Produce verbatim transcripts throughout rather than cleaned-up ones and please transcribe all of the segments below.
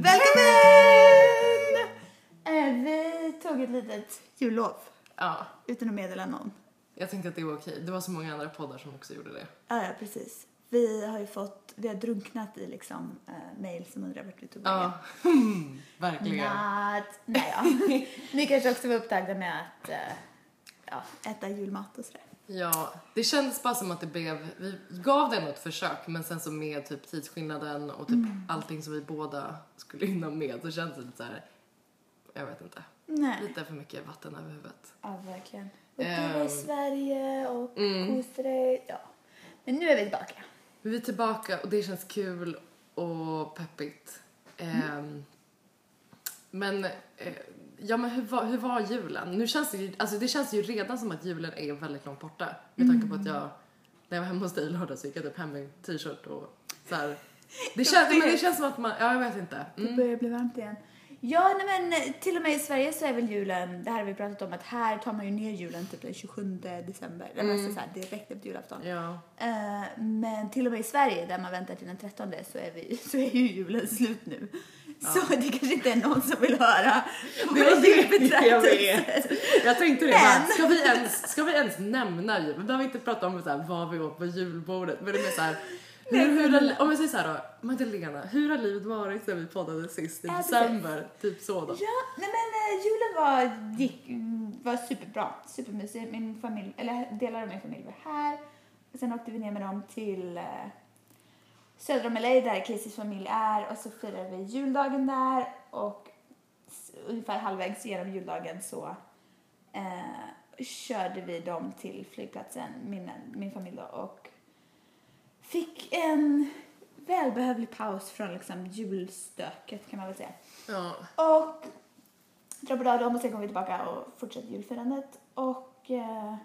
Välkommen! Eh, vi tog ett litet jullov. Ja. Utan att meddela någon. Jag tänkte att det var okej. Det var så många andra poddar som också gjorde det. Ja, ja, precis. Vi har ju fått, vi har drunknat i liksom eh, mail som undrar vart vi tog vägen. Ja, verkligen. Not, nej, ja. Ni kanske också var upptagna med att eh, ja, äta julmat och sådär. Ja, det kändes bara som att det blev, vi gav det något försök, men sen så med typ tidsskillnaden och typ mm. allting som vi båda skulle hinna med, så kändes det lite så här, jag vet inte. Nej. Lite för mycket vatten över huvudet. Ja, verkligen. Och du var um, i Sverige och mm. kostade dig. Ja. Men nu är vi tillbaka. Vi är tillbaka och det känns kul och peppigt. Mm. Um, men, uh, ja men hur var, hur var julen? Nu känns det ju, alltså det känns ju redan som att julen är väldigt långt borta. Med tanke på att jag, när jag var hemma hos dig i lördag så gick jag typ hem med t-shirt och så här. Det känns, men det känns som att man, ja jag vet inte. Mm. Det börjar bli varmt igen. Ja, nej, men till och med i Sverige så är väl julen, det här har vi pratat om, att här tar man ju ner julen typ den tjugosjunde december. Det mm. är så här direkt efter julafton. Ja. Uh, men till och med i Sverige där man väntar till den trettonde så är, vi, så är ju julen slut nu. Ja. Så det kanske inte är någon som vill höra. Det var det jag vet. Jag tänkte det men... ska, vi ens, ska vi ens nämna jul? Vi behöver inte prata om så här, vad vi åt på julbordet. Men det är mer så här... Hur, hur har, om jag säger så här då, Magdalena, hur har livet varit sen vi poddade sist i äh, december? Typ så då. Ja, nej men uh, julen var, gick, var superbra, supermysig. Min familj, eller delar av min familj var här. Och sen åkte vi ner med dem till uh, söder om L A där Casey's familj är. Och så firade vi juldagen där. Och s- ungefär halvvägs genom juldagen så uh, körde vi dem till flygplatsen, min, min familj då. Och fick en välbehövlig paus från liksom julstöket kan man väl säga. Ja. Och dra på dem och sen kom vi tillbaka och fortsatte julfirandet. Och eh,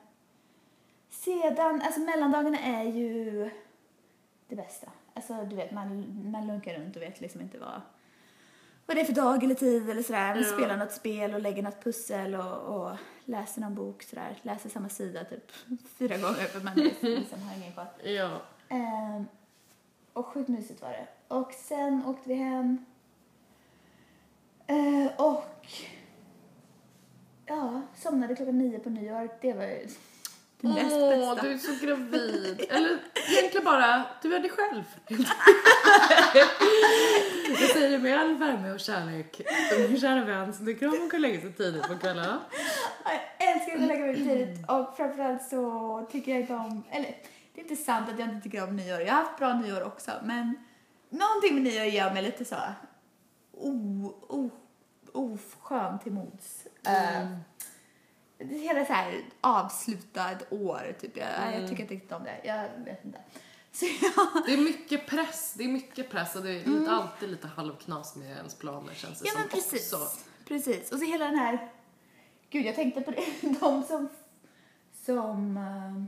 sedan, alltså mellandagarna är ju det bästa. Alltså du vet, man, man lunkar runt och vet liksom inte vad, vad det är för dag eller tid eller sådär. Man ja. spelar något spel och lägger något pussel och, och läser någon bok sådär. Läser samma sida typ fyra gånger för man liksom har ingen kvar. Ja. Um, och sjukt mysigt var det. Och sen åkte vi hem. Uh, och ja, somnade klockan nio på nyår. Det var ju det näst Åh, bästa. du är så gravid. Eller egentligen bara, du är dig själv. Jag säger det med all värme och kärlek. Min kära vän som tycker om att kunna lägga sig tidigt på kvällarna. Jag älskar att lägga mig tidigt. Och framförallt så tycker jag inte om, eller det är inte sant att jag inte tycker om nyår. Jag har haft bra nyår också. Men någonting med nyår gör mig lite så o, o, oskön till mods. Mm. Uh, hela så här avslutad år typ. Jag, mm. jag tycker inte riktigt om det. Jag vet inte. Så, ja. Det är mycket press. Det är mycket press. Och det är mm. alltid lite halvknas med ens planer känns det ja, som men precis. också. Precis. Och så hela den här... Gud, jag tänkte på det. De som... Som... Uh,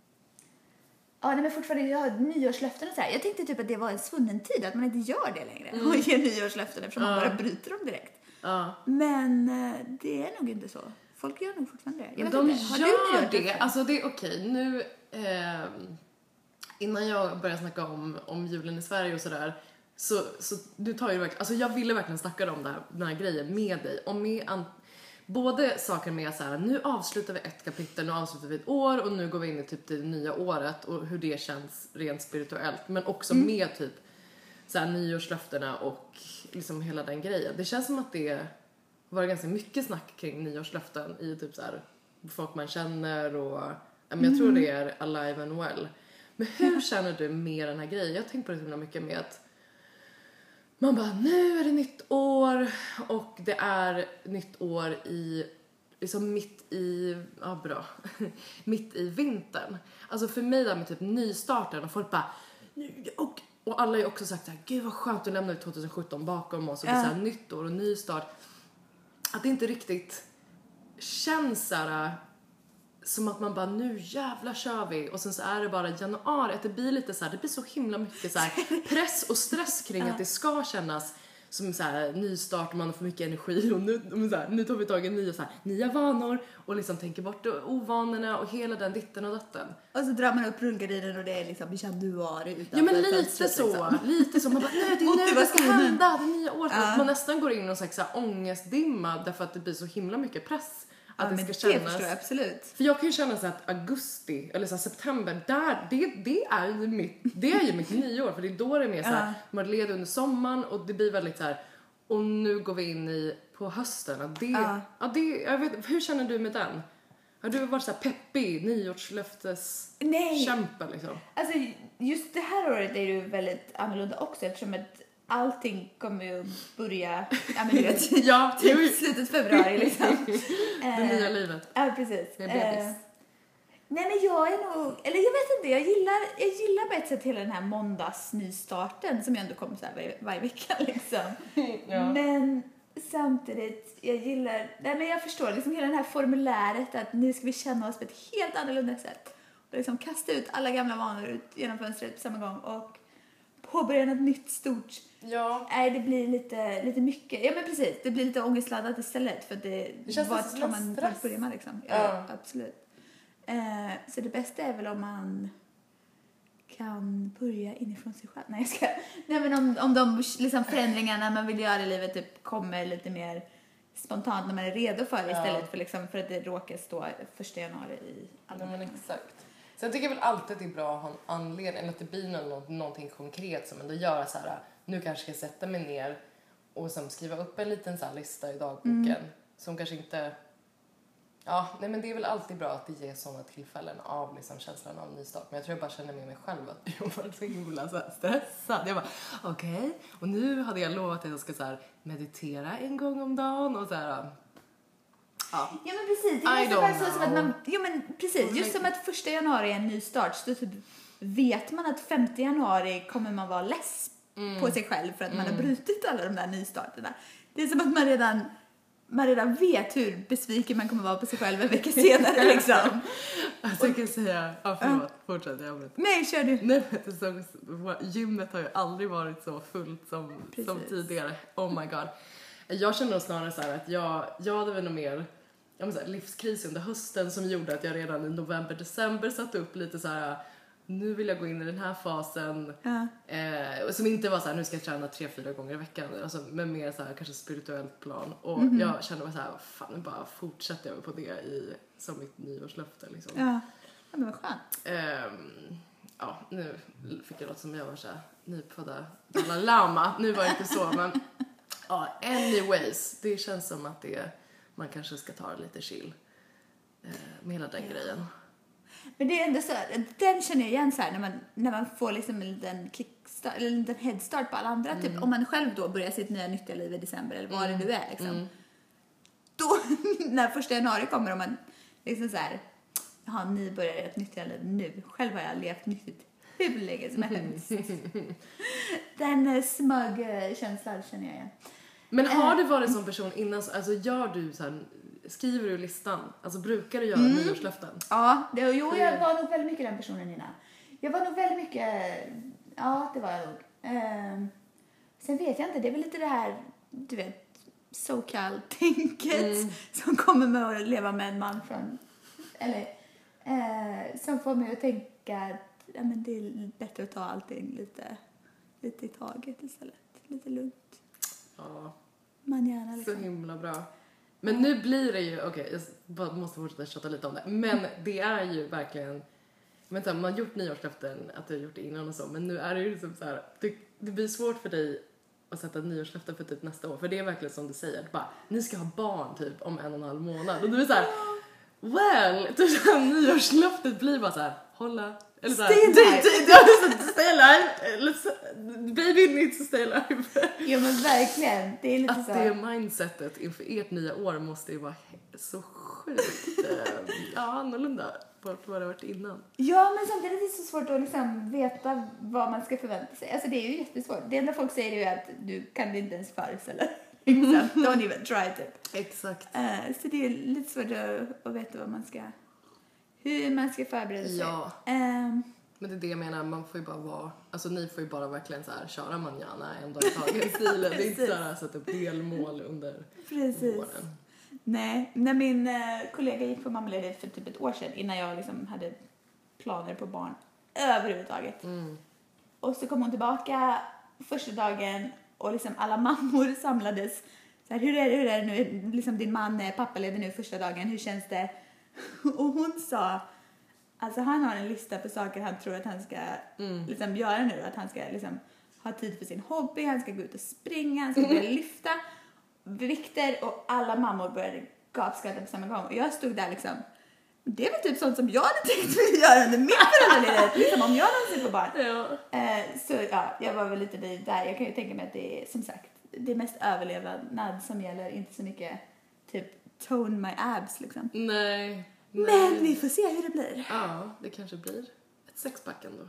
Ja, nej, men fortfarande jag har nyårslöften och så här. Jag tänkte typ att det var en svunnen tid, att man inte gör det längre. Mm. Och ger nyårslöften eftersom uh. man bara bryter dem direkt. Uh. Men det är nog inte så. Folk gör nog fortfarande det. Jag men vet de inte. Har gör du det. Alltså det är okej. Nu, eh, innan jag börjar snacka om, om julen i Sverige och sådär. Så, så du tar ju verkligen, alltså jag ville verkligen snacka om det här, den här grejen med dig. Och med an, både saker med så här, nu avslutar vi ett kapitel, nu avslutar vi ett år och nu går vi in i typ det nya året och hur det känns rent spirituellt. Men också mm. med typ så här, nyårslöftena och liksom hela den grejen. Det känns som att det var ganska mycket snack kring nyårslöften i typ så här, folk man känner och men jag tror det är alive and well. Men hur känner du med den här grejen? Jag tänker på det så himla mycket med att man bara, nu är det nytt år och det är nytt år i, liksom mitt i, ja bra, mitt i vintern. Alltså för mig där med typ nystarten och folk bara, och, och alla har ju också sagt så här, gud vad skönt att lämna tjugosjutton bakom oss och det är så här nytt år och nystart. Att det inte riktigt känns så här, som att man bara, nu jävla kör vi. Och sen så är det bara januari, att det blir lite så här, det blir så himla mycket så här press och stress kring att det ska kännas som så här, nystart och man får mycket energi och nu, så här, nu tar vi tag i nya, så här, nya vanor och liksom tänker bort ovanorna och hela den ditten och datten. Och så drar man upp rullgardinen och det är liksom januari utanför. Ja men lite så, liksom. lite så. Man bara, nej det är nu det ska hända, det nya året. Ja. Man nästan går in i någon slags så här, ångestdimma därför att det blir så himla mycket press. Att ja, det men ska det kännas. förstår jag absolut. För jag kan ju känna så att augusti eller så september där det det är ju mitt det är ju mitt nyår för det är då det är mer så här ja. Man leder under sommaren och det blir väldigt så här och nu går vi in i på hösten och det ja, ja det jag vet hur känner du med den? Har du varit så här peppig nyårslöftes kämpa liksom? Alltså just det här året är ju väldigt annorlunda också eftersom att allting kommer ju börja ja men du vet ja, typ slutet februari liksom. Det nya livet. Ja precis. Det är bebis. Uh, nej men jag är nog eller jag vet inte jag gillar jag gillar på ett sätt hela den här måndags nystarten som jag ändå kommer så här varje, varje vecka liksom. Ja. Men samtidigt jag gillar nej men jag förstår liksom hela det här formuläret att nu ska vi känna oss på ett helt annorlunda sätt och liksom kasta ut alla gamla vanor ut genom fönstret på samma gång och påbörja något nytt stort. Ja. Nej, det blir lite, lite mycket. Ja, men precis. Det blir lite ångestladdat istället. För det, det känns vart tar man stress. börjar man liksom. Ja, ja. Absolut. Eh, så det bästa är väl om man kan börja inifrån sig själv. Nej, jag ska. Nej, men om, om de liksom, förändringarna man vill göra i livet typ, kommer lite mer spontant när man är redo för det ja. Istället för, liksom, för att det råkar stå första januari i alla. Ja, men exakt. Så jag tycker väl alltid att det är bra att ha en anledning, eller att det blir något, någonting konkret som ändå gör så här, nu kanske jag ska sätta mig ner och som skriva upp en liten så här lista i dagboken mm. som kanske inte, ja, nej men det är väl alltid bra att det ger sådana tillfällen av liksom känslan av nystart. Men jag tror jag bara känner med mig själv att jag var så himla så här stressad. Jag bara, okej, okay. Och nu hade jag lovat att jag ska så här meditera en gång om dagen och så här. Ja. ja men precis, det är bara så som att man, jo men precis, just som att första januari är en ny start så typ vet man att femte januari kommer man vara less mm. på sig själv för att mm. man har brutit alla de där nystarterna. Det är som att man redan man redan vet hur besviken man kommer vara på sig själv en vecka senare liksom. Alltså jag kan säga, ja förlåt, uh, fortsätt jag vet. Nej, kör du. Nej, så, gymmet har ju aldrig varit så fullt som, som tidigare. Oh my god. Jag känner snarare så här att jag, jag hade väl nog mer jag menar, så här, livskris under hösten som gjorde att jag redan i november, december satte upp lite så här. Nu vill jag gå in i den här fasen ja. eh, som inte var så här, nu ska jag träna tre, fyra gånger i veckan alltså, men mer så här, kanske spirituellt plan och mm-hmm. jag kände mig så här, fan nu bara fortsätter jag på det i, som mitt nyårslöfte liksom. Ja, ja men vad skönt. Eh, ja, nu fick jag låta som jag var så här nypfödda Dalai Lama, nu var det inte så men ja, anyways, det känns som att det man kanske ska ta lite chill eh, med hela den ja. Grejen. Men det är ändå så här, den känner jag igen så här när man, när man får liksom en liten kickstart eller en liten headstart på alla andra mm. typ om man själv då börjar sitt nya nyttiga liv i december eller vad mm. det nu är liksom. Mm. Då när första januari kommer och man liksom så här jaha, ni börjar ett nyttiga liv nu. Själv har jag levt nyttigt hur länge som helst. Den smög känslan känner jag igen. Men har du varit en sån person innan, alltså gör du så här, skriver du listan? Alltså brukar du göra mm. nyårslöften? Ja, det, jo jag var nog väldigt mycket den personen innan. Jag var nog väldigt mycket, ja det var jag nog. Eh, sen vet jag inte, det är väl lite det här, du vet, SoCal-tänket mm. som kommer med att leva med en man från, eller eh, som får mig att tänka att ja, men det är bättre att ta allting lite, lite i taget istället, lite lugnt. Ja. Man gärna liksom. Så himla bra. Men nu blir det ju, okej, okay, jag måste fortsätta chatta lite om det. Men det är ju verkligen, men så, man har gjort nyårslöften, att du har gjort det innan och så. Men nu är det ju liksom så här, det, det blir svårt för dig att sätta nyårslöften för typ nästa år. För det är verkligen som du säger, bara, ni ska ha barn typ om en och en halv månad. Och du är så här, well, typ så här, nyårslöftet blir bara så här, hålla. Eller så här, stay alive. Baby needs to stay alive. Ja men verkligen. Det är lite att så. Att det mindsetet inför ert nya år måste ju vara så sjukt ja, annorlunda på vad det har varit innan. Ja men samtidigt är det så svårt att liksom veta vad man ska förvänta sig. Alltså det är ju jättesvårt. Det enda folk säger är ju att du kan det inte ens föreställa. Don't even try typ. Exakt. Uh, så det är lite svårt att, att veta vad man ska, hur man ska förbereda sig. Ja. Um, Men det är det jag menar, man får ju bara vara, alltså ni får ju bara verkligen så här köra manjana en dag i taget stilen. Det är inte så här sätta upp delmål under Precis. våren. Nej, när min eh, kollega gick på mammaledighet för typ ett år sedan innan jag liksom hade planer på barn överhuvudtaget. Mm. Och så kom hon tillbaka första dagen och liksom alla mammor samlades. Så här, hur är det, hur är det nu? Liksom din man är pappaledig nu första dagen, hur känns det? Och hon sa, alltså han har en lista på saker han tror att han ska Mm. liksom göra nu. Att han ska liksom ha tid för sin hobby, han ska gå ut och springa, han ska börja lyfta vikter och alla mammor började gapskratta på samma gång. Och jag stod där liksom, det är väl typ sånt som jag hade tänkt mig göra under min föräldraledighet, liksom om jag någonsin får barn. Ja. Eh, så ja, jag var väl lite där. Jag kan ju tänka mig att det är som sagt, det är mest överlevnad som gäller, inte så mycket typ tone my abs liksom. Nej. Men nej. vi får se hur det blir. Ja, det kanske blir ett sexpack ändå.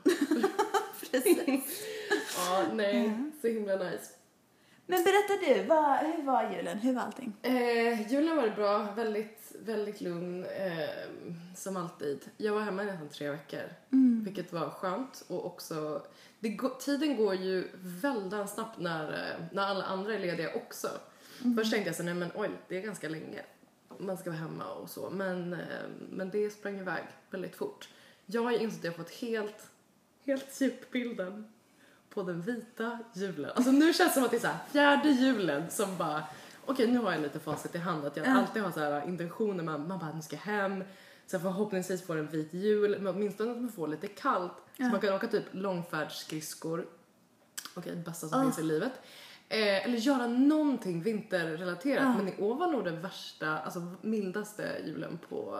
Precis. Ja, nej. Mm. Så himla nice. Men berätta du, vad, hur var julen? Hur var allting? Eh, julen var bra, väldigt, väldigt lugn, eh, som alltid. Jag var hemma i nästan tre veckor, Mm. vilket var skönt. Och också, det går, tiden går ju väldigt snabbt när, eh, när alla andra är lediga också. Mm. Först tänkte jag så, nej men oj, det är ganska länge. Man ska vara hemma och så. Men, eh, men det sprang iväg väldigt fort. Jag har ju insett att jag har fått helt, helt djupbilden på den vita julen. Alltså nu känns det som att det är så här fjärde julen som bara, okej, nu har jag lite facit i hand. Att jag Ja. alltid har så här intentioner. Man, man bara, nu ska jag hem. Så förhoppningsvis får en vit jul. Men åtminstone att man får lite kallt. Ja. Så man kan åka typ långfärdsskridskor. Okej, bästa som Oh. finns i livet. Eh, eller göra någonting vinterrelaterat. Ja. Men i år var nog det värsta, alltså mildaste julen på,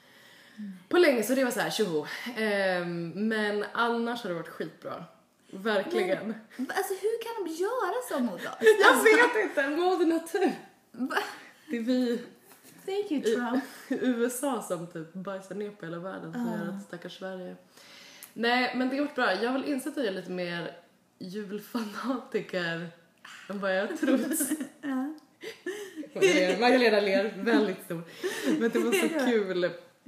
på länge. Så det var så här, tjoho. Eh, men annars har det varit skitbra. Verkligen. Men, alltså hur kan de göra så mot oss? Jag Alltså, vet inte, moder natur. va? Det är vi Thank you i Trump. U S A som typ bajsar ner på hela världen som Ah. gör att stackars Sverige. Nej, men det har gjort bra. Jag har väl insett att jag är lite mer julfanatiker än vad jag trott. Ja. Magdalena, Magdalena ler väldigt stor. Men det var så kul. Eh,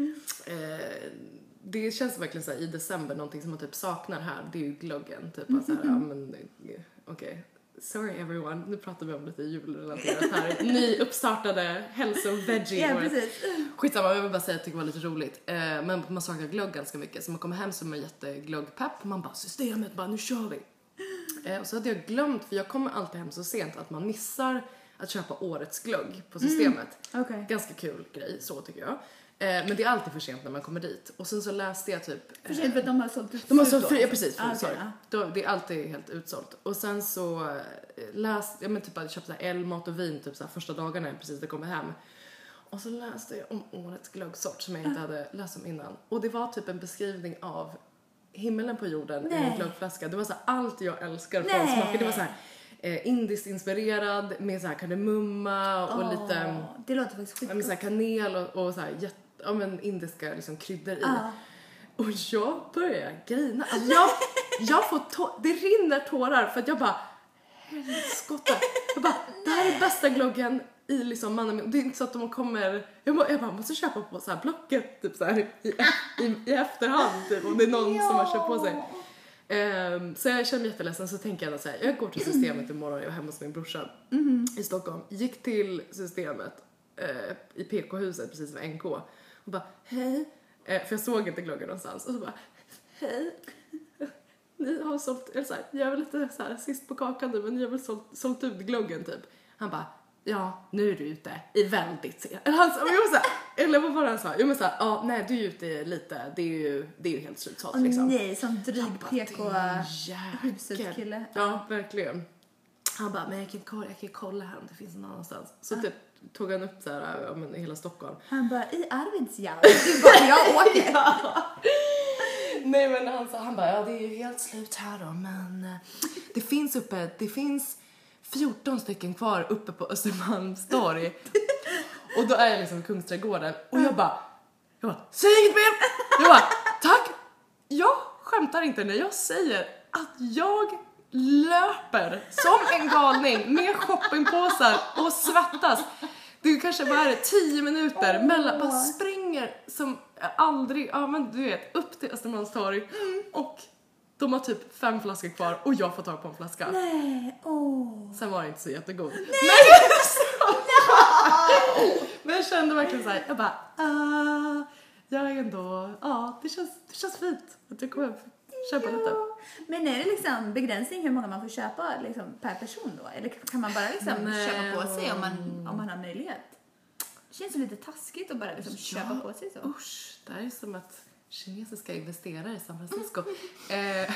det känns verkligen så här, i december, någonting som man typ saknar här, det är ju glöggen. Typ att så här, ja men okej. Okay. Sorry everyone, nu pratar vi om lite julrelaterat här. Ny uppstartade hälso-veggie. Ja, precis. Skitsamma, jag vill bara säga att det var lite roligt. Eh, men man saknar glögg ganska mycket. Så man kommer hem som en jätteglöggpepp. Man bara, systemet, bara nu kör vi. Eh, och så hade jag glömt, för jag kommer alltid hem så sent att man missar att köpa årets glögg på systemet. Okej. Ganska kul grej, så tycker jag. Eh, men det är alltid för sent när man kommer dit. Och sen så läste jag typ... För sent för att de har sålt ut. De har slut sålt då. fri, ja precis, Ah, okej, sorry. ja. Då, det är alltid helt utsålt. Och sen så eh, läste jag, men typ att köpa elmat och vin typ så här, första dagarna jag precis hade kommit hem. Och så läste jag om årets glöggsort som jag inte hade läst om innan. Och det var typ en beskrivning av himmelen på jorden i Nej. en glöggflaska. Det var så här, allt jag älskar Nej. från smaker. Det var så här eh, indiskt inspirerad med så här kardemumma och Åh, lite det låter faktiskt ja, men så här skitgott. kanel och, och så här jätte, ja, men indiska liksom kryddor i. Ja. Och jag börjar grina. Alltså jag, jag får tå- det rinner tårar för att jag bara, helskotta. Jag bara, det här är bästa glöggen i liksom mannen min. Det är inte så att de kommer, jag bara, jag bara måste köpa på så här Blocket typ så här i, i, i efterhand typ, om det är någon som har köpt på sig. Um, så jag känner mig jätteledsen, så tänker jag så här, jag går till systemet imorgon, jag är hemma hos min brorsa Mhm. i Stockholm. Gick till systemet eh, i P K-huset precis vid N K och bara, hej. Eh, för jag såg inte glöggen någonstans. Och så bara, hej. Ni har sålt, eller så här, jag är väl lite så här, sist på kakan nu, men ni har väl sålt, sålt ut glöggen typ. Han bara, ja, nu är du ute i väldigt sent. Eller han sa, jag var så här, eller vad var det han sa? Jag men så här, ja, nej, du är ute lite, det är ju, det är ju helt slutsålt Åh liksom. nej, som dryg Jag bara, P K jäkel. husutskille. Ja, verkligen. Han bara, men jag kan kolla, jag kan kolla här om det finns någon annanstans. Så typ tog han upp så här, ja, men hela Stockholm. Han bara, i Arvidsjaur. Du bara, jag åker. Nej, men han sa, han bara, ja, det är ju helt slut här då, men eh, det finns uppe, det finns fjorton stycken kvar uppe på Östermalmstorg. Och då är jag liksom i Kungsträdgården och jag bara, jag bara, säg inget mer! Jag bara, tack! Jag skämtar inte när jag säger att jag löper som en galning med shoppingpåsar och svettas. Du kanske bara är tio minuter Åh. mellan, bara springer som aldrig, ja men du vet, upp till Östermalmstorg Mm. och de har typ fem flaskor kvar och jag får tag på en flaska. Nej, åh. Sen var det inte så jättegod. Nej! Men jag kände verkligen så här, jag bara, ah, jag är ändå, ja, det känns, det känns fint att jag kommer köpa lite. Ja. Men är det liksom begränsning hur många man får köpa liksom, per person då? Eller kan man bara liksom Nej. köpa på sig om man, om man har möjlighet? Det känns ju lite taskigt att bara liksom Ja. köpa på sig så. Usch, det här är som att kinesiska investerare i San Francisco. eh,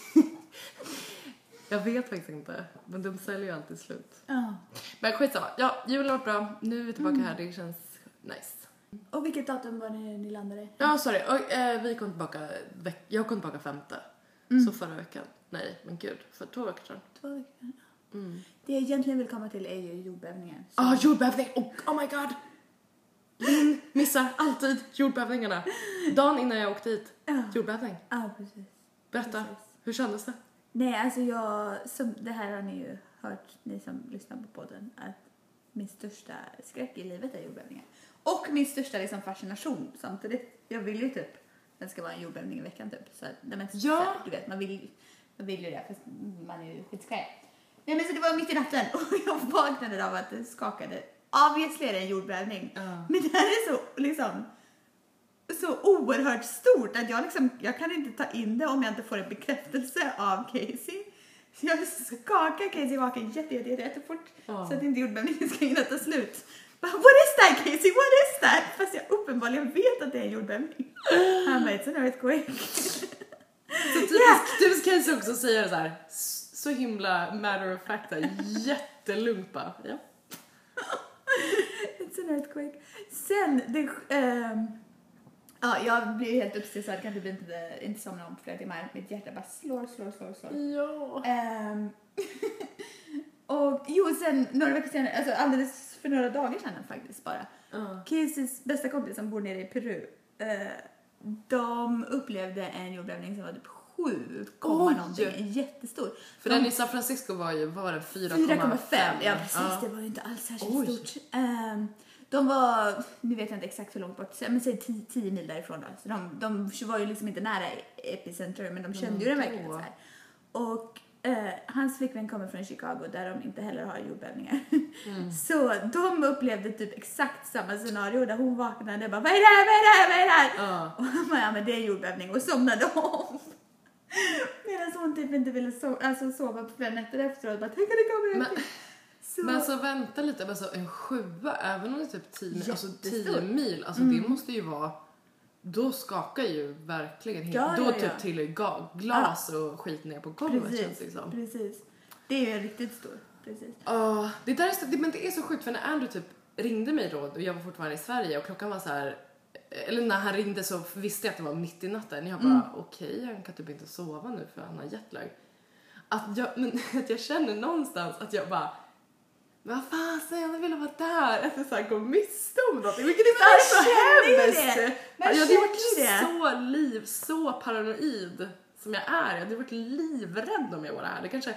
jag vet faktiskt inte, men de säljer ju alltid slut. Ja. Men skitsamma, ja, julen var bra, nu är vi tillbaka här, det känns nice. Och vilket datum var det ni landade? Ja, sorry, och, eh, vi kom tillbaka, veck- jag kom tillbaka femte, så förra veckan, nej men gud, för två veckor sedan. Två veckor. Mm. Det jag egentligen vill komma till är ju jordbävningen. Så- Ah, jordbävning! Oh, oh my god! Linn missar alltid jordbävningarna. Dagen innan jag åkte hit, Ja. jordbävning. Ja, precis. Berätta, Precis. hur kändes det? Nej, alltså jag, som, det här har ni ju hört, ni som lyssnar på podden, att min största skräck i livet är jordbävningar. Och min största liksom fascination samtidigt. Jag vill ju typ, det ska vara en jordbävning i veckan typ. Så, nej, men, Ja. så, du vet, man vill, man vill ju det, fast man är ju skitskraj. Nej men så det var mitt i natten och jag vaknade av att det skakade. Obviously är det en jordbävning. Ja. Men det här är så liksom så oerhört stort att jag liksom, jag kan inte ta in det om jag inte får en bekräftelse av Casey. Så jag skakar Casey vaken jätte, jätte, jätte, jättefort Ja. så att inte jordbävningen ska hinna ta slut. Bara, what is that Casey? What is that? Fast jag uppenbarligen vet att det är en jordbävning. Han bara, it's an earthquake. Så typiskt, typiskt Casey också säger så här, s- så himla matter of fact, där, jättelugnt bara. Ja. It's an earthquake. Sen, det, ehm, ja, jag blir helt uppstressad, kan typ inte, inte somna om flera timmar. Mitt hjärta bara slår, slår, slår, slår. Ja. Ehm, och jo, sen några veckor senare, alltså alldeles för några dagar sedan faktiskt bara. Ja. Caseys bästa kompis som bor nere i Peru, eh, de upplevde en jordbävning som var typ sju komma Oj! någonting, jättestor. För De- den i San Francisco var ju, vad var det, fyra fyra komma komma fem, ja precis, Ja. det var ju inte alls särskilt Oj. stort. Ehm, de var, nu vet jag inte exakt hur långt bort, men säg tio mil därifrån då. Så de, de var ju liksom inte nära epicenter, men de kände ju den Mm, verkligen då. så här. Och eh, hans flickvän kommer från Chicago där de inte heller har jordbävningar. Mm. Så de upplevde typ exakt samma scenario där hon vaknade och bara, vad är det här, vad är det här, vad är det här? Ja. Och han bara, ja men det är jordbävning, och somnade om. Medan hon typ inte ville sova, alltså sova på flera nätter efteråt. Bara, tänk att det kommer en Men, till. Så, men så vänta lite, alltså en sjua, även om det är typ tio mil, alltså Jättestor. tio mil, alltså Mm. det måste ju vara, då skakar ju verkligen helt, Ja, då ja, typ ja. till ga- glas och skit ner på golvet känns det som. precis. Det är ju riktigt stor. Precis. Ja, det där är så, det, men det är så sjukt för när Andrew typ ringde mig då och jag var fortfarande i Sverige och klockan var så här, eller när han ringde så visste jag att det var mitt i natten. Jag bara, Mm. okej, han kan typ inte sova nu för han har jetlag. Att jag, men, att jag känner någonstans att jag bara, vad fan säger jag, jag ville vara där. Att jag så här går miste om något. Vilket är Man så känner ju hemskt. det. Man Jag hade ju varit känner ju det. så liv, så paranoid som jag är. Jag hade varit livrädd om jag var här. Det kanske,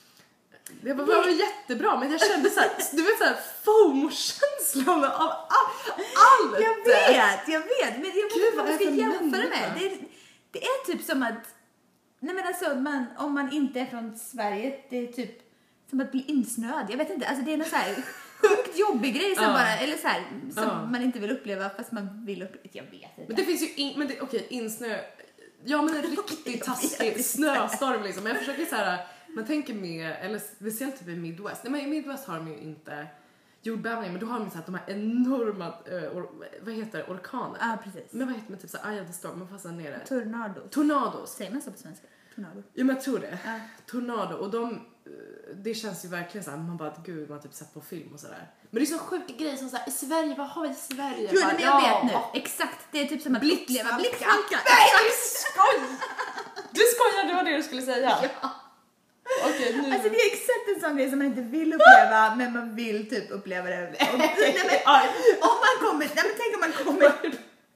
det var, var jättebra, men jag kände så här, du vet så här FOMO-känslan av allt. Jag vet, jag vet. Men jag vet Gud, inte vad vad man ska är det för jämföra med. människa? Det är, det är typ som att, nej men alltså, man, om man inte är från Sverige, det är typ som att bli insnöad. Jag vet inte, alltså det är någon så här sjukt jobbig grej som Ja. bara, eller så här, som Ja. man inte vill uppleva fast man vill uppleva. Jag vet inte. Men det finns ju, in, men det, okej, insnö, ja men en Okej, riktigt jag vet taskig inte. snöstorm liksom. Men jag försöker så här, man tänker med, eller speciellt typ i Midwest. Nej men i Midwest har de ju inte jordbävningar, men då har de så här, de här enorma, uh, or, vad heter det, orkaner. Ja, precis. Men vad heter det, typ så här, eye of the storm, man fast nere. Tornado. Tornados. Säger man så på svenska? Tornado. Ja men jag tror det. Ja. Tornado, och de, eh, det känns ju verkligen så här, man bara, gud, man har typ sett på film och sådär. Men det är så sjuka grejer som såhär, i Sverige, vad har vi i Sverige? Jo, Bara, men jag ja, vet nu. Exakt. Det är typ som att Blixthalka. uppleva blixthalka. Nej, jag skojar! Du skojar, det var det du skulle säga. Ja. Okej, nu. Alltså det är exakt en sån grej som man inte vill uppleva, men man vill typ uppleva det. Och, nej, men, om man kommer, nej men tänk om man kommer,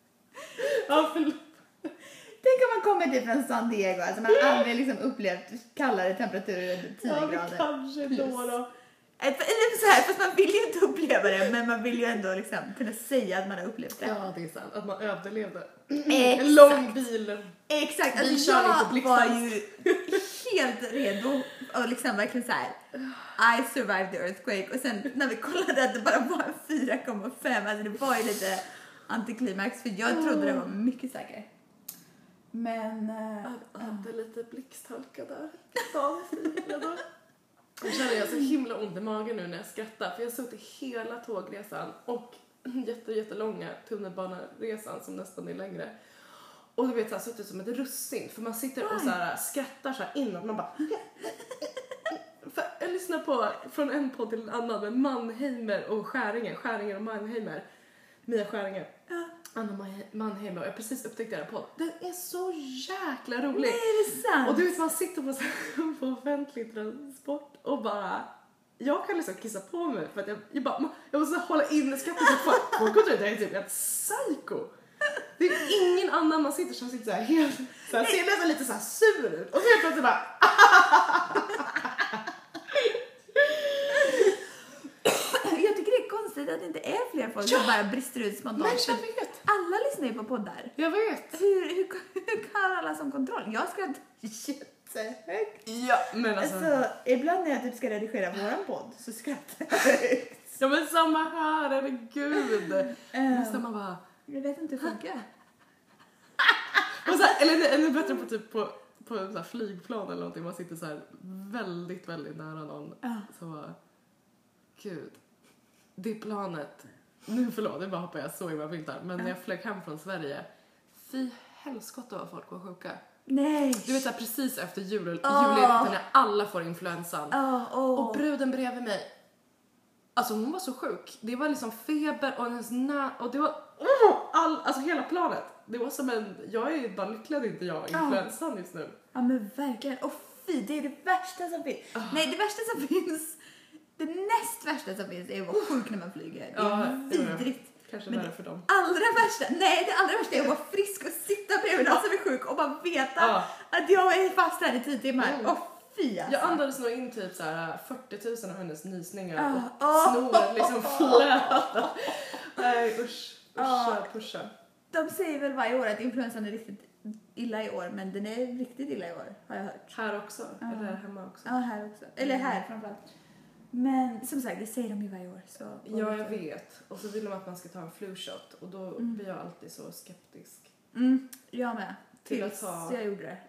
Ja, förlåt. tänk om man kommer typ från San Diego, alltså man har aldrig liksom upplevt kallare temperaturer än tio Ja, men grader. kanske då plus. då. Eller så här, fast man vill ju inte uppleva uppleva det, men man vill ju ändå liksom kunna säga att man har upplevt det. Ja, det är sant. Att man överlevde. Exakt. En lång bil. Exakt, alltså Bilkörning på jag blixtens. var ju helt redo och liksom verkligen så här. I survived the earthquake, och sen när vi kollade att det bara var fyra komma fem, alltså det var ju lite antiklimax, för jag trodde det var mycket säkert. Men uh, Jag hade lite blixthalka där. Jag känner jag så himla ont i magen nu när jag skrattar, för jag har suttit hela tågresan och jätte, jättelånga tunnelbaneresan som nästan är längre. Och du vet, så här, suttit som ett russin, för man sitter och så här, skrattar så här inåt, man bara... För jag lyssnar på från en podd till en annan med Mannheimer och Skäringer, Skäringer och Mannheimer, Mia Skäringer. Ja. Anna Mannheimer, och jag precis upptäckte den podd. Den är så jäkla rolig. Nej, är det sant? Och du vet, man sitter på, på offentlig transport och bara... Jag kan liksom kissa på mig för att jag, jag bara... Jag måste hålla in skrattet så att folk tror att jag är typ ett psycho. Det är ingen annan man sitter som sitter så här helt... Så här, ser nästan lite så här sur ut. Och så helt plötsligt bara... Jag tycker det är konstigt att det inte är fler folk som bara brister ut spontant. Men jag vet. Alla lyssnar ju på poddar. Jag vet. Hur, hur, hur kan alla som kontroll? Jag skrattar jättehögt. Ja, men alltså... Alltså, ibland när jag typ ska redigera våran podd så skrattar jag högt. Ja, men samma här, herregud. Um, Måste man bara... Jag vet inte hur det funkar. Och så här, eller ännu bättre på typ på, på så här flygplan eller någonting. Man sitter så här väldigt, väldigt nära någon. Uh. Så bara... Gud. Det planet... Nu förlåt, det bara hoppar jag så i vad vintar. Men när jag flög hem från Sverige... Fy helskotta vad folk var sjuka. Nej. Du vet så här, precis efter jul, Oh. julledigheten när alla får influensan. Oh, oh. Och bruden bredvid mig... Alltså hon var så sjuk. Det var liksom feber och hennes nä... Och det var... Oh, all, alltså hela planet. Det var som en... Jag är bara lycklig att inte jag har influensan just nu. Ja, men verkligen. Och fy, det är det värsta som finns. Oh. Nej, det värsta som finns... Det näst värsta som finns är att vara sjuk när man flyger. Det är Ja, vidrigt. Kanske Men värre för dem. Allra värsta, nej det allra värsta är att vara frisk och sitta bredvid någon som är sjuk och bara veta Ja. att jag är fast här i tio timmar. Mm. Åh fy alltså. Jag andades nog in typ så här fyrtio tusen av hennes nysningar Ah. och Oh. snoret liksom flöt. Nej usch, Ah. pusha, pusha. De säger väl varje år att influensan är riktigt illa i år, men den är riktigt illa i år har jag hört. Här också, Ja. eller hemma också. Ja, här också. Eller här framförallt. Men som sagt, det säger de ju varje år. Så Ja, jag vet. Och så vill de att man ska ta en flu shot och då Mm. blir jag alltid så skeptisk. Mm, jag med. Till att Tills ta- jag gjorde det.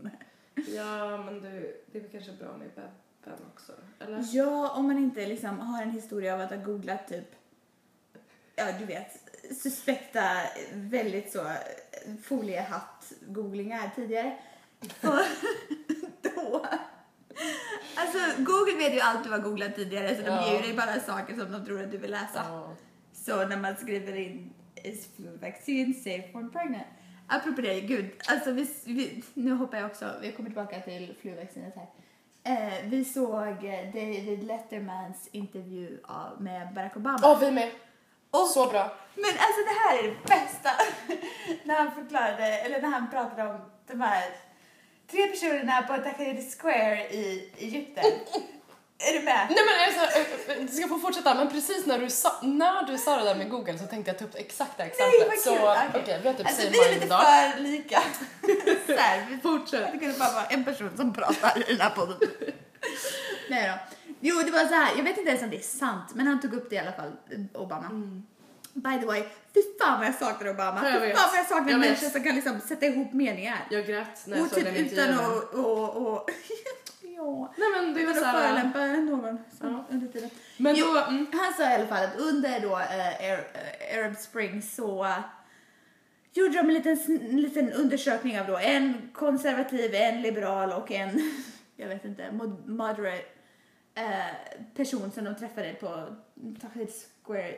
Ja, men du, det är väl kanske bra med bebben också, eller? Ja, om man inte liksom har en historia av att ha googlat typ, ja du vet, suspekta, väldigt så foliehatt-googlingar tidigare. Och då... Alltså, Google vet ju allt du har googlat tidigare, så de Ja. ger ju dig bara saker som de tror att du vill läsa. Ja. Så när man skriver in is flu vaccine safe for pregnant. Apropå det, gud, alltså vi, vi, nu hoppar jag också, vi kommer tillbaka till fluvaccinet här. Eh, vi såg eh, David Lettermans intervju av, med Barack Obama. Ja, vi med. Och- Så bra. Men alltså det här är det bästa. När han förklarade, eller när han pratade om de här tre personerna på Tahrir Square i Egypten. Är du med? Nej men alltså, du ska få fortsätta, men precis när du sa, när du sa det där med Google så tänkte jag ta upp det exakta exemplet. vad Så kul. okej, Okej. vi har typ Alltså same vi är mind lite idag. för lika. Så här, vi Fortsätt. Det kunde bara vara en person som pratar i den här podden. Nej då. Jo, det var så här. Jag vet inte ens om det är sant, men han tog upp det i alla fall, Obama. Mm. By the way, fy fan vad jag saknar Obama. Ja, jag Fy vet. fan vad jag saknar Jag vet. människor som kan liksom sätta ihop meningar. Jag grät när jag Och såg typ den utan intervjun. att och, och, ja. Nej men det var Utan att såhär... förolämpa någon som Ja. under tiden. Men Jo. då... Mm. Han sa i alla fall att under då eh, Arab, eh, Arab Spring så uh, gjorde de en liten, en liten undersökning av då en konservativ, en liberal och en, jag vet inte, mod- moderate eh, person som de träffade på Tahrir Square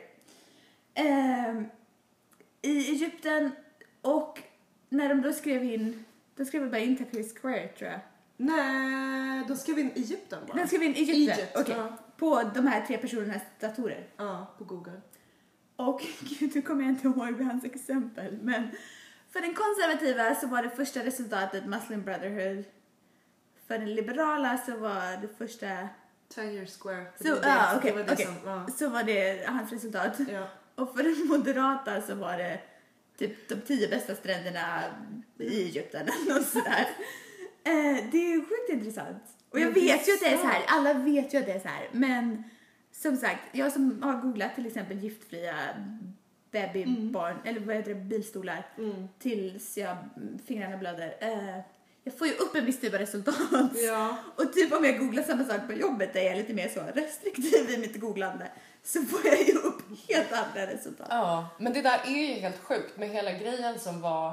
eh, i Egypten. Och när de då skrev in, de skrev bara in Tahrir Square tror jag. Nej, då ska vi in i Egypten bara. Den skrev in Egypten, Egypt, okej. ja. På de här tre personernas datorer. Ja, på Google. Och gud, nu kommer jag inte ihåg hans exempel. Men för den konservativa så var det första resultatet Muslim Brotherhood. För den liberala så var det första Tahrir Square. Så, det, ah, det, okej, det var det okej. som, ja. Så var det hans resultat. Ja. Och för den moderata så var det typ de tio bästa stränderna i Egypten och sådär. eh, det är ju sjukt intressant. Och jag Men det vet ju att det är så. så här. Alla vet ju att det är så här. Men som sagt, jag som har googlat till exempel giftfria babybarn, eller vad heter det, bilstolar, Mm. tills jag, fingrarna blöder. Eh, jag får ju upp en viss typ av resultat. Ja. Och typ om jag googlar samma sak på jobbet där jag är lite mer så restriktiv i mitt googlande, så får jag ju upp helt andra resultat. Ja, men det där är ju helt sjukt med hela grejen som var...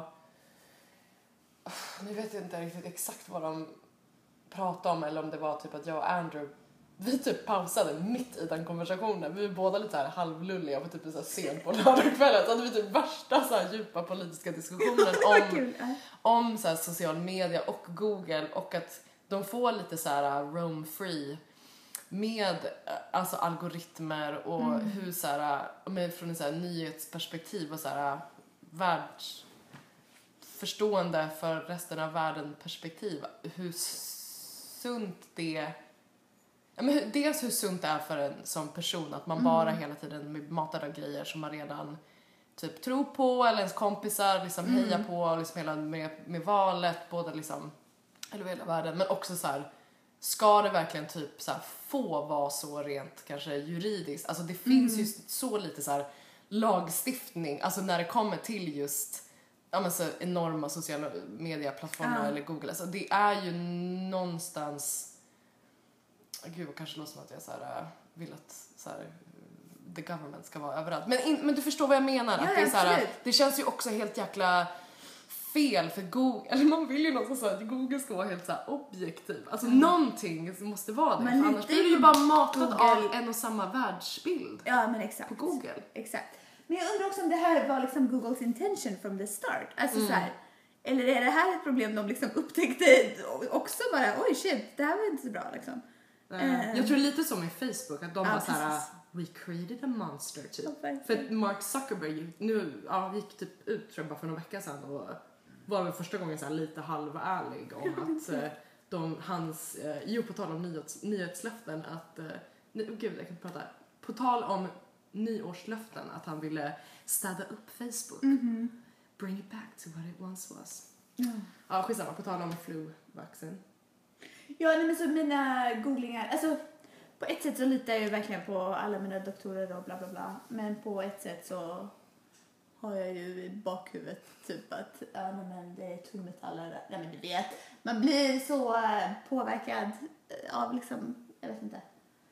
Nu vet jag inte riktigt exakt vad de pratade om, eller om det var typ att jag och Andrew, vi typ pausade mitt i den konversationen. Vi var båda lite så här halvlulliga och typ så här sent på lördagskvällen. Så hade vi typ värsta så här djupa politiska diskussionen om, Kul. om så här social media och Google, och att de får lite så här roam free med alltså algoritmer och Mm. hur så här, med från en så här nyhetsperspektiv och så här världsförstående för resten av världen perspektiv, hur sunt det, ja, men hur, dels hur sunt det är för en som person att man Mm. bara hela tiden blir matad av grejer som man redan typ tror på, eller ens kompisar liksom Mm. hejar på, och liksom hela med, med valet, både liksom eller hela världen, men också så här, ska det verkligen typ så här få vara så rent kanske juridiskt? Alltså det finns Mm. ju så lite så här lagstiftning, alltså när det kommer till just ja, men så enorma sociala medieplattformar Ja. eller Google, alltså det är ju någonstans, gud vad kanske låter som att jag så här, äh, vill att så här, the government ska vara överallt, men, in, men du förstår vad jag menar, Ja, att det är så här, absolut. det känns ju också helt jäkla fel för Google, eller man vill ju någonstans att Google ska vara helt så här objektiv, alltså Mm. någonting måste vara det, Men för annars lite blir det ju på bara matat Google- av en och samma världsbild Ja, men exakt. på Google. Exakt. Men jag undrar också om det här var liksom Googles intention from the start. Alltså Mm. så här, eller är det här ett problem de liksom upptäckte också bara, oj shit, det här var inte så bra liksom. Eh, jag tror lite som i Facebook, att de Ja, bara såhär, precis. we created a monster typ. Ja, verkligen. För att Mark Zuckerberg nu, ja, gick typ ut tror jag bara för några veckor sedan och var väl första gången så här lite halvärlig om att eh, de, hans, eh, jo på tal om nyhets, nyhetslöften att, eh, nej, oh, gud jag kan inte prata, på tal om nyårslöften att han ville städa upp Facebook. Mhm. Bring it back to what it once was. Ja. Ja, skitsamma, på tal om flu-vaccin. Ja, nej, men så mina googlingar, alltså på ett sätt så litar jag ju verkligen på alla mina doktorer och bla bla bla. Men på ett sätt så har jag ju i bakhuvudet typ att, ja nej, men det är tungmetaller där. Nej men du vet, man blir så eh, påverkad eh, av liksom, jag vet inte.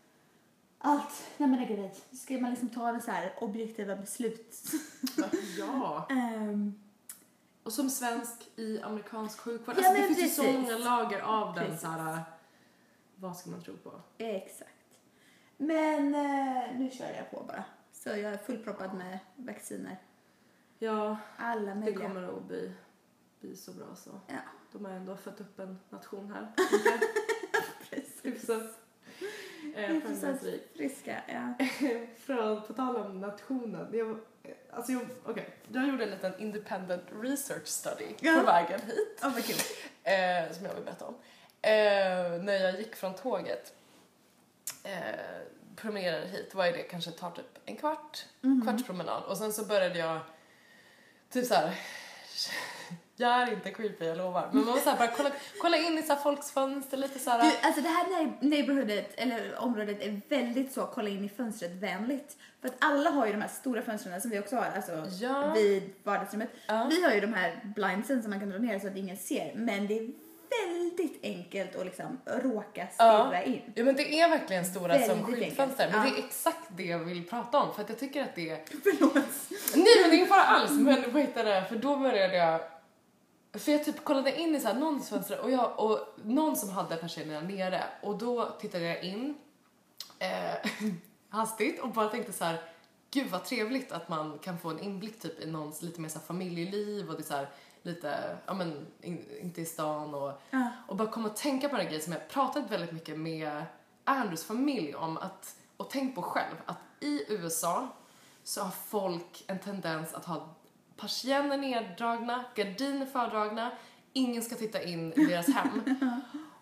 Allt när man är gravid. Ska man liksom ta det så här objektiva beslut. Ja. Ehm, Och som svensk i amerikansk sjukvård. Ja, Alltså, det men finns ju så precis. många lager av den Precis. så här. Vad ska man tro på? Exakt. Men eh, nu kör jag på bara. Så jag är fullproppad med vacciner. Ja, Alla det möjliga. kommer nog bli, bli så bra så. Ja. De har ändå fött upp en nation här. Precis. Hyfsat eh, Hyfsat framgångsrik. friska, ja. Från, på tal om nationen. Jag, alltså jag, okay. jag gjorde en liten independent research study Ja. på vägen hit. Ja, vad kul. Eh, som jag vill berätta om. Eh, när jag gick från tåget. Eh, promenerade hit. Vad är det? Kanske tar typ en kvart. Mhm. Kvarts promenad. Och sen så började jag typ så här. Jag är inte creepy, jag lovar. Men man var så här, bara kolla, kolla in i så här folks fönster lite så här. Du, alltså det här nei- neighborhoodet, eller området, är väldigt så kolla in i fönstret vänligt. För att alla har ju de här stora fönstren som vi också har, alltså Ja. vid vardagsrummet. Ja. Vi har ju de här blindsen som man kan dra ner så att ingen ser. Men det är väldigt enkelt att liksom råka stirra Ja. in. Ja, men det är verkligen stora som Väldigt skyltfönster. enkelt. Men Ja. det är exakt det jag vill prata om. För att jag tycker att det är... Förlåt. Nej, men det är ingen fara alls. Men vad heter det? För då började jag... För jag typ kollade in i så här någons fönster och, jag, och någon som hade persiennerna nere. Och då tittade jag in eh, hastigt och bara tänkte så här: gud vad trevligt att man kan få en inblick typ i någons lite mer så här familjeliv och det är så här lite, ja men in, inte i stan och, Ja. och bara komma och tänka på den grejen som jag pratat väldigt mycket med Andrews familj om att, och tänk på själv att i U S A så har folk en tendens att ha persienner neddragna, gardiner fördragna, ingen ska titta in i deras hem.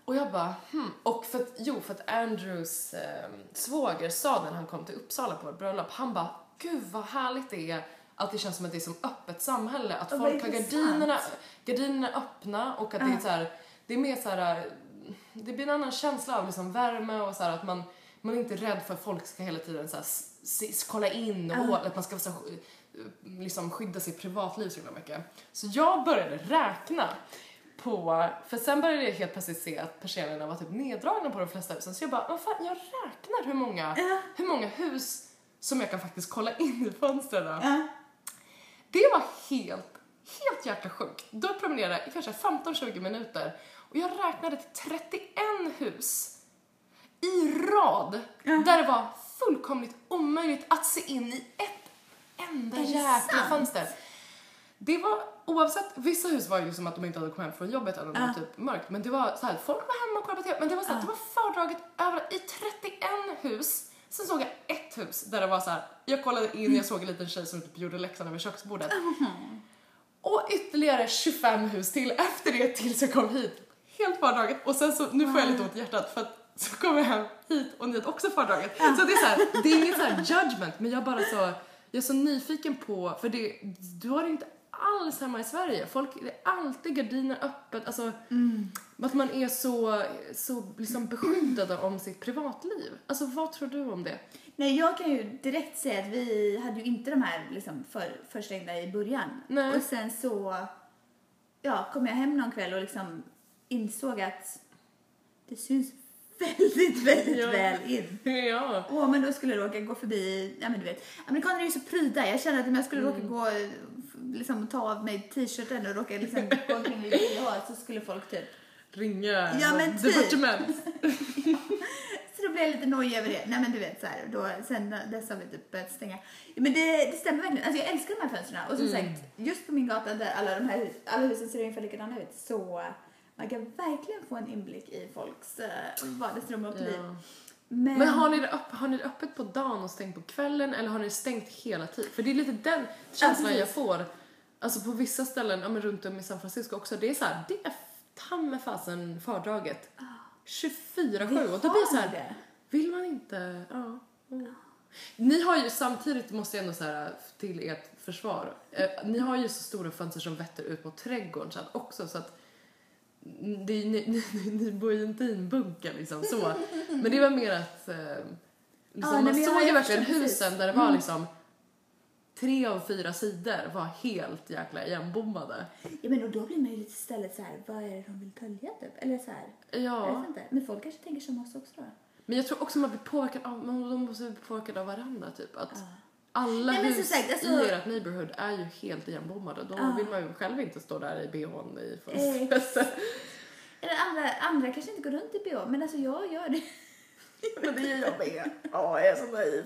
Och jag bara, hmm. Och för att, jo, för att Andrews eh, svåger sa när han kom till Uppsala på ett bröllop, han bara, gud vad härligt det är att det känns som att det är som öppet samhälle, att och folk har gardinerna, gardinerna öppna och att uh. det är så här, det är mer så här, det blir en annan känsla av liksom värme och så här, att man man är inte rädd för att folk ska hela tiden så här, s- s- kolla in och uh. att man ska så här, liksom skydda sitt privatliv så mycket. Så jag började räkna på, för sen började jag helt plötsligt se att persiennerna var typ neddragna på de flesta husen. Så jag bara, vad fan, jag räknar hur många, uh. hur många hus som jag kan faktiskt kolla in i fönstren. Uh. Det var helt, helt jäkla sjukt. Då promenerade jag kanske femton till tjugo minuter och jag räknade till trettioen hus i rad uh. där det var fullkomligt omöjligt att se in i ett enda jäkla fönster. Det var, oavsett, vissa hus var ju liksom att de inte hade kommit hem från jobbet eller uh. typ mörkt, men det var så här, folk var hemma och kollade på T V, men det var så här, uh. det var fördraget över i trettioen hus. Sen såg jag ett hus där det var så här, jag kollade in, jag såg en liten tjej som typ gjorde läxan över köksbordet. Mm. Och ytterligare tjugofem hus till efter det tills jag kom hit. Helt fördraget. Och sen så, nu får jag lite ont i hjärtat för att så kommer jag hem hit och ni har också fördraget. Mm. Så det är så här, det är inget så här judgment, men jag bara så, jag är så nyfiken på, för det, du har det inte alls hemma i Sverige. Folk, det är alltid gardiner öppet, alltså mm. att man är så, så liksom beskyddad om sitt privatliv. Alltså vad tror du om det? Nej, jag kan ju direkt säga att vi hade ju inte de här liksom för, förstängda i början. Nej. Och sen så ja, kom jag hem någon kväll och liksom insåg att det syns väldigt, väldigt ja. väl in. Ja. Och men då skulle jag råka gå förbi, ja men du vet, amerikaner är ju så pryda. Jag känner att om jag skulle mm. råka gå, liksom ta av mig t-shirten och råka liksom gå omkring i B H så skulle folk typ ringa ja, men typ. departement. Så då blev jag lite nojig över det. Nej men du vet så här, då sen dess har vi typ börjat stänga. Men det, det stämmer verkligen. Alltså jag älskar de här fönstren och som mm. sagt, just på min gata där alla de här hus, alla husen ser ungefär likadana ut, så man kan verkligen få en inblick i folks uh, vardagsrum och liv. Ja. Men, Men har, ni det upp, har ni det öppet på dagen och stängt på kvällen eller har ni stängt hela tiden? För det är lite den känslan ja, jag får. Alltså på vissa ställen, ja, men runt om i San Francisco också, det är så här, det är tamme fasen fördraget. tjugofyra sju och då blir så här, det. Vill man inte, ja. Mm. Ni har ju samtidigt, måste jag ändå säga till ert försvar, eh, ni har ju så stora fönster som vetter ut mot trädgården så att också så att det, ni, ni, ni, ni bor ju inte i en bunker liksom så. Men det var mer att eh, liksom, ah, man nej, såg ju verkligen husen precis. Där det var mm. liksom tre av fyra sidor var helt jäkla igenbommade. Ja men och då blir man ju lite istället så här, vad är det de vill dölja typ? Eller så här. Ja. Jag vet inte. Men folk kanske tänker som oss också då. Men jag tror också man blir påverkad av, de måste bli påverkade av varandra typ. Att ah. alla nej, hus sagt, alltså, i ert neighborhood är ju helt igenbommade. Då ah. vill man ju själv inte stå där i B H:n i fönstret. Eller andra, andra kanske inte går runt i B H, men alltså jag gör det. Men det gör jag med. Ja, jag är så naiv.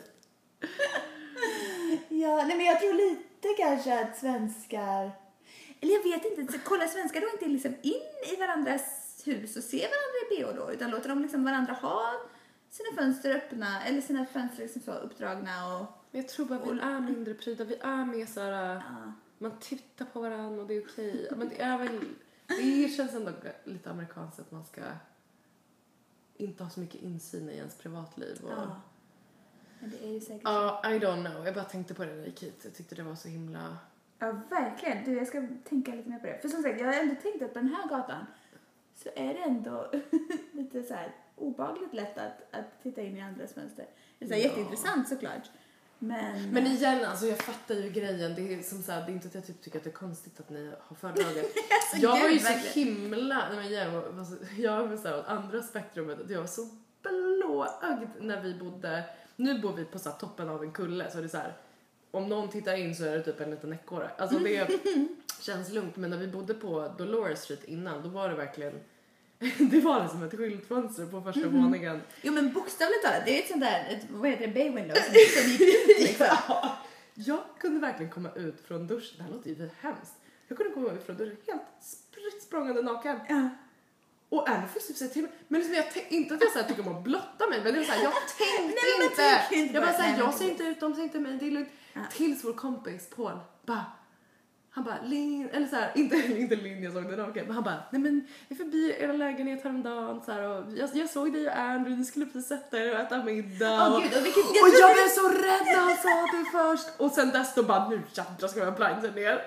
Ja, nej men jag tror lite kanske att svenskar, eller jag vet inte, kolla svenskar då inte liksom in i varandras hus och se varandra i B H då, utan låter de liksom varandra ha sina fönster öppna eller sina fönster liksom så uppdragna och... Jag tror bara vi är mindre pryda, vi är mer så här, ja. Man tittar på varandra och det är okej. Men det är väl, det känns ändå lite amerikanskt att man ska inte ha så mycket insyn i ens privatliv och... Ja. Men det är ju säkert ja, uh, I don't know. Jag bara tänkte på det när jag gick hit. Jag tyckte det var så himla... Ja, verkligen. Du, jag ska tänka lite mer på det. För som sagt, jag har ändå tänkt att på den här gatan så är det ändå lite så här obehagligt lätt att, att titta in i andras mönster. Det är så här, ja. Jätteintressant såklart. Men... Men igen, alltså jag fattar ju grejen. Det är som så här, det är inte att jag typ tycker att det är konstigt att ni har föredraget. alltså, jag var ju så verkligen. himla... Nej, men jag var så, jag var så här, åt andra spektrumet att jag var så blåögd när vi bodde... Nu bor vi på så här, toppen av en kulle så det är så här, om någon tittar in så är det typ en liten ekorre. Alltså det känns lugnt, men när vi bodde på Dolores Street innan, då var det verkligen det var som ett skyltfönster på första mm. våningen. Jo men bokstavligt talat, det är ett sånt där ett, vad heter det, bay window som, som gick ut liksom. Ja. Jag kunde verkligen komma ut från duschen. Det här låter ju hemskt. Jag kunde komma ut från duschen helt spritt språngande naken. Ja. Och även för typ så till men liksom jag t- inte att jag så här, tycker om att blotta mig, men det är så här, jag tänkte nej, inte. inte. Jag bara så här, nej, jag ser inte ut, de ser inte mig, det är lugnt. Ja. Tills vår kompis Paul bara, Han bara, Linn, eller så här, inte, inte Linn jag såg det naken, men han bara, nej men jag är förbi er lägenhet häromdagen så här, och jag, jag såg dig och Andrew, ni skulle precis sätta er och äta middag. Åh, och, Gud, och vilket- och jag, jag blev så rädd när han sa det först. Och sen dess då bara, nu jävlar ska jag blindsen ner.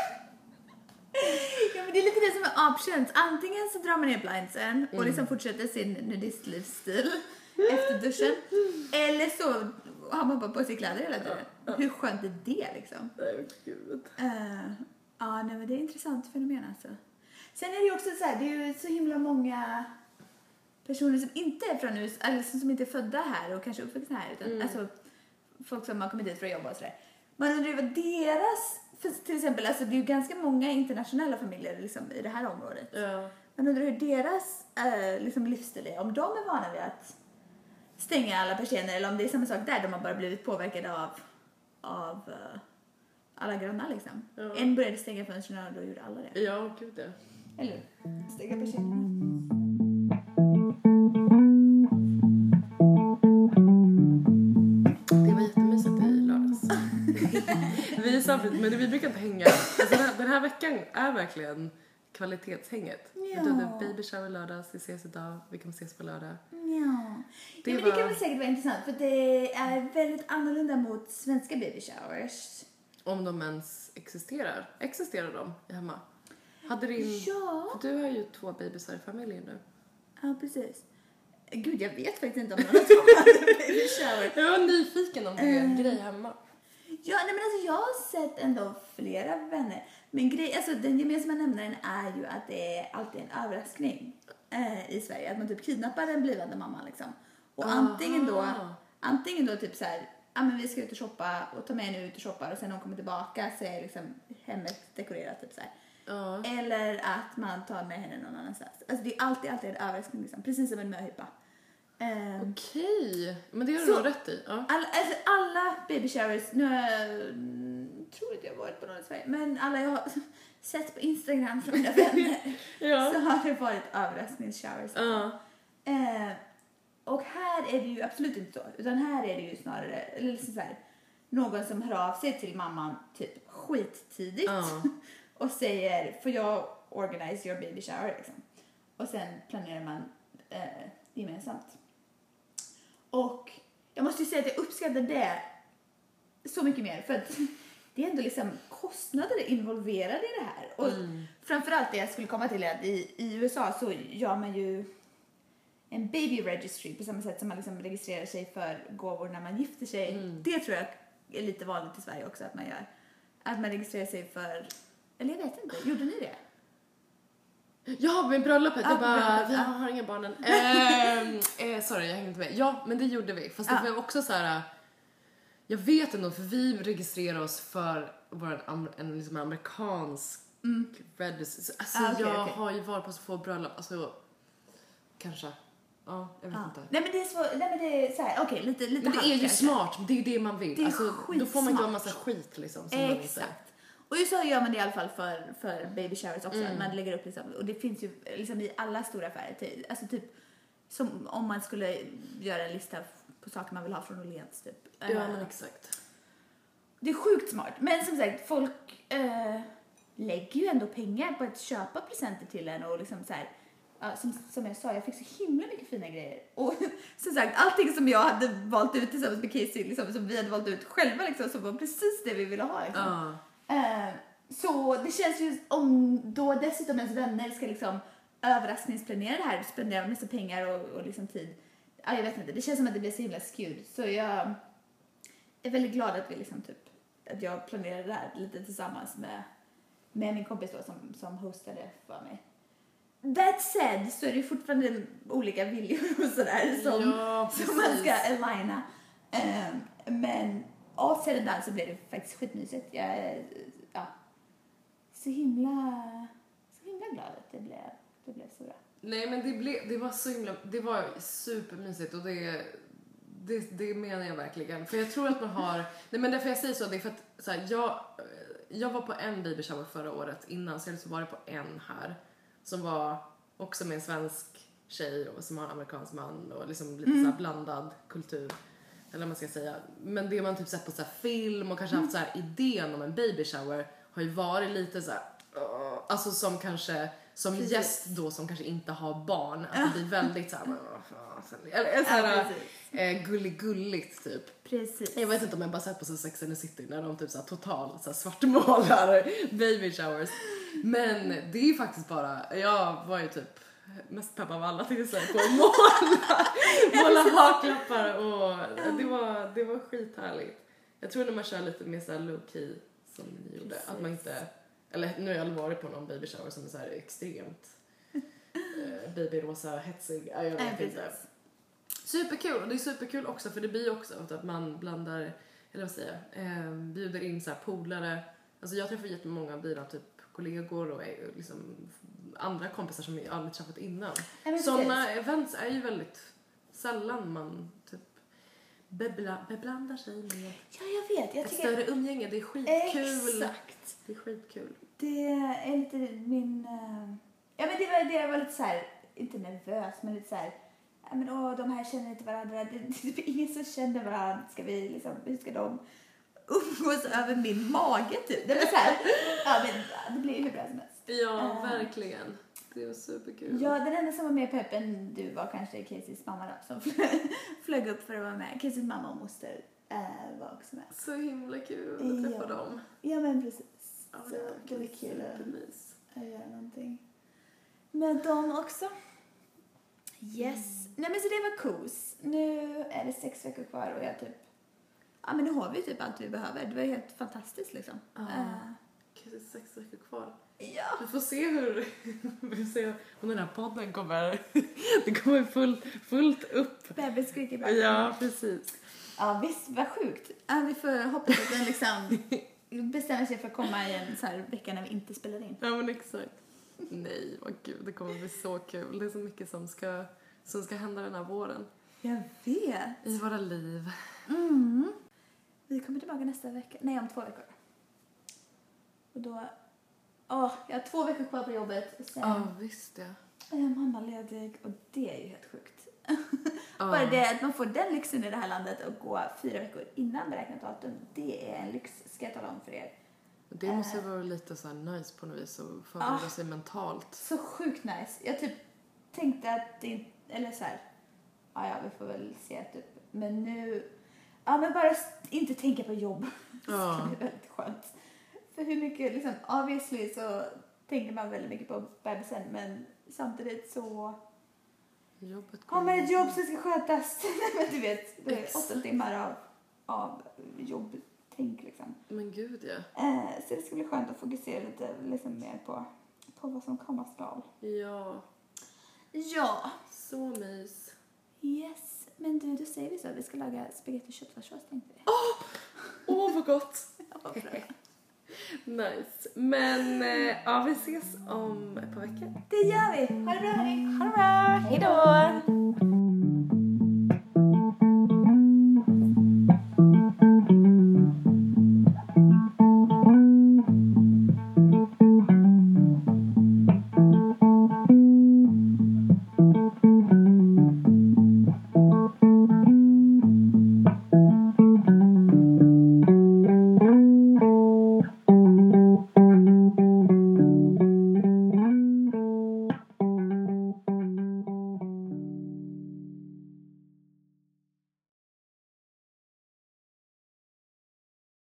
Ja, men det är lite det som är options. Antingen så drar man ner blindsen och liksom fortsätter sin nudistlivsstil efter duschen. Eller så har man bara på sig kläder hela tiden. Hur skönt är det liksom? Nej, gud. Uh, ja, nej, men det är ett intressant fenomen alltså. Sen är det ju också så här, det är ju så himla många personer som inte är från U S A, eller som inte är födda här och kanske uppvuxna här, utan Mm. alltså folk som har kommit dit för att jobba och sådär. Man undrar ju vad deras, för till exempel, alltså det är ju ganska många internationella familjer liksom i det här området. Ja. Man undrar hur deras uh, liksom livsstil är, om de är vana vid att stänga alla persienner eller om det är samma sak där, de har bara blivit påverkade av, av uh, alla grannar liksom. Ja. En började stänga fönstren och då gjorde alla det. Ja, gud det. Eller stänga persiennerna. Det var jättemysigt i lördags. Vi sa, men vi brukar inte hänga. Alltså den, här, den här veckan är verkligen kvalitetshänget. Ja. Vi hade baby shower lördags, vi ses idag, vi kommer ses på lördag. Ja. Det Det, ja, men var- det kan väl säkert vara intressant för det är väldigt annorlunda mot svenska baby showers. Om de ens existerar. Existerar de hemma? Hade din... Ja. För du har ju två bebisar i familjen nu. Ja, precis. Gud, jag vet faktiskt inte om någon har tagit baby shower. Jag var nyfiken om det är en Mm. grej hemma. Ja, nej, men alltså jag har sett ändå flera vänner. Men grej, alltså den gemensamma nämnaren är ju att det är alltid en överraskning eh, i Sverige. Att man typ kidnappar den blivande mamman liksom. Och Aha. antingen då, antingen då typ så här, ja men vi ska ut och shoppa och ta med henne ut och shoppa och sen när hon kommer tillbaka så är liksom hemmet dekorerat typ så här. Ja. Eller att man tar med henne någon annanstans. Alltså det är alltid, alltid en överraskning liksom. Precis som en möhippa. Um, Okej, men det har du Så- nog rätt i. Ja. alla, alltså alla baby showers, nu har jag, mm, tror inte jag har varit på någon i Sverige, men alla jag har sett på Instagram från mina vänner Ja. så har det varit överraskningsshowers. Ja. Eh, och här är det ju absolut inte så, utan här är det ju snarare eller liksom så här, någon som hör av sig till mamman typ skittidigt Ja. och säger, får jag organize your baby shower liksom. Och sen planerar man eh, gemensamt. Och jag måste ju säga att jag uppskattar det så mycket mer för att det är ändå liksom kostnader involverade i det här. Och Mm. framförallt det jag skulle komma till är att i, i U S A så gör man ju en baby registry på samma sätt som man liksom registrerar sig för gåvor när man gifter sig. Mm. Det tror jag är lite vanligt i Sverige också att man gör. Att man registrerar sig för, eller jag vet inte, gjorde ni det? Ja, med bröllopet. Ja, jag bara, bröllopet, vi ja. har inga barnen. Ehm, eh, sorry, jag hängde inte med. Ja, men det gjorde vi. Fast Ja. det var också så här. Jag vet ändå, för vi registrerar oss för vår am- en liksom amerikansk Mm. registry. Alltså, Ah, okej, jag okej. har ju varit på så få bröllop. Alltså, kanske. Ja, jag vet Ja. inte. Nej men det är så, nej men det är så här, okej, lite lite Men det är halvt ju kanske. smart, det är ju det man vill. Det är Alltså, då får man inte ha skitsmart. massa skit liksom. Som man inte. Exakt. Och just så gör man det i alla fall för, för baby showers också. Mm. Man lägger upp liksom, och det finns ju liksom i alla stora affärer. Till, alltså typ som om man skulle göra en lista på saker man vill ha från Åhléns typ. Ja, Eh, men exakt. Det är sjukt smart. Men som sagt, folk eh, lägger ju ändå pengar på att köpa presenter till en och liksom så här. Ja, som, som jag sa, jag fick så himla mycket fina grejer. Och som sagt, allting som jag hade valt ut tillsammans med Casey, liksom, som vi hade valt ut själva, liksom, som var precis det vi ville ha. Liksom. Ja. Eh, så det känns ju, om då dessutom ens vänner ska liksom överraskningsplanera det här, spendera massa pengar och, och liksom tid. Ja, jag vet inte, det känns som att det blir så himla skewed. Så jag är väldigt glad att vi liksom typ, att jag planerade det här lite tillsammans med, med min kompis då som, som hostade för mig. That said så är det ju fortfarande olika viljor och sådär som, Ja, som man ska precis. aligna. Um, men av sedan där så blev det faktiskt skitmysigt. Jag är ja, så himla, så himla glad att det blev, det blev så bra. Nej, men det, blev, det var så himla, det var supermysigt och det, det, det menar jag verkligen. För jag tror att man har, nej men därför jag säger så, det är för att så här, jag, jag var på en baby shower förra året innan, så jag liksom var på en här som var också med en svensk tjej och som har en amerikansk man och liksom lite Mm. så här blandad kultur. Eller vad man ska säga. Men det man typ sett på så här film och kanske haft så här idén om en baby shower har ju varit lite så här, uh, alltså som kanske som Precis. gäst då som kanske inte har barn, att det blir väldigt så här, eller så här ja, eh, gullig-gulligt typ. Precis. Jag vet inte om jag bara sett på så Sex and the City när de typ så här total så här svartmålar baby showers. Men det är ju faktiskt bara, jag var ju typ mest pepp av alla till sig på att måla, måla haklappar och det var, det var skithärligt. Jag tror när man kör lite mer så här low key som ni gjorde, Precis. att man inte, eller nu har jag aldrig varit på någon baby shower som är så här extremt eh, babyrosa, hetsig, jag vet Nej, inte. precis. Superkul, och det är superkul också för det blir också att man blandar, eller vad säger jag, eh, bjuder in så här polare. Alltså jag träffar jättemånga av dina typ kollegor och är, liksom andra kompisar som jag aldrig träffat innan. Ja, sådana events är ju väldigt sällan man typ bebla, beblandar sig med Ja, jag vet. Jag ett tycker... större umgänge. Det är skitkul. Exakt. Det är skitkul. Det är lite min... Uh... Ja, men det var, det var lite så här, inte nervös, men lite så här... Ja, men åh, de här känner inte varandra. Det, det är ingen som känner varandra. Ska vi liksom, hur ska de umgås över min mage typ? Det var så här, ja, men det blir ju hur bra som helst. Ja, Uh, verkligen. Det var superkul. Ja, den enda som var med peppen du var kanske Caseys mamma då, som flög upp för att vara med. Caseys mamma och moster uh, var också med. Så himla kul att träffa Ja. dem. Ja, men precis. Ja, Så det var kul att, supermys. att göra någonting med dem också. Yes. Mm. Nej, men så det var kos. Nu är det sex veckor kvar och jag typ... Ja, men nu har vi typ allt vi behöver. Det var helt fantastiskt liksom. Ja. Uh, Gud, det är sex veckor kvar. ja. Vi får se hur, vi får se om den här podden kommer, det kommer fullt, fullt upp. Bebis skriker bara. Ja, precis. Ja, visst, vad sjukt. Ja, vi får hoppas att den liksom bestämmer sig för att komma i en så här vecka när vi inte spelar in. Ja, men exakt. Nej, vad gud, det kommer bli så kul. Det är så mycket som ska, som ska hända den här våren. Jag vet. I våra liv. Mm. Vi kommer tillbaka nästa vecka. Nej, om två veckor. Och då... Åh, jag har två veckor kvar på jobbet. Sen Ja, visst ja. är jag mammaledig. Och det är ju helt sjukt. Ja. Bara det att man får den lyxen i det här landet och gå fyra veckor innan beräknat datum. Det är en lyx, ska jag tala om för er. Det måste vara lite så här nice på något vis att förbereda Ja. sig mentalt. Så sjukt nice. Jag typ tänkte att det inte... Eller så här... Ja, ja, vi får väl se typ. Men nu... Ja, men bara inte tänka på jobb. Ja. Det är väldigt skönt. För hur mycket, liksom, obviously så tänker man väldigt mycket på bebisen, men samtidigt så Jobbet har man ett jobb som ska skötas. Men du vet, det är Exakt. åtta timmar av, av jobbtänk liksom. Men gud ja. Eh, så det ska bli skönt att fokusera lite liksom, mer på, på vad som komma skall. Ja, Ja. så mys. Yes. Men du, då säger vi så. Vi ska laga spagetti och köttfärssås, tänkte vi. Åh, oh, vad gott. Ja, vad bra. Nice. Men eh, ja, vi ses om ett par veckor. Det gör vi. Ha det bra, hörni. Ha det bra. Hej då.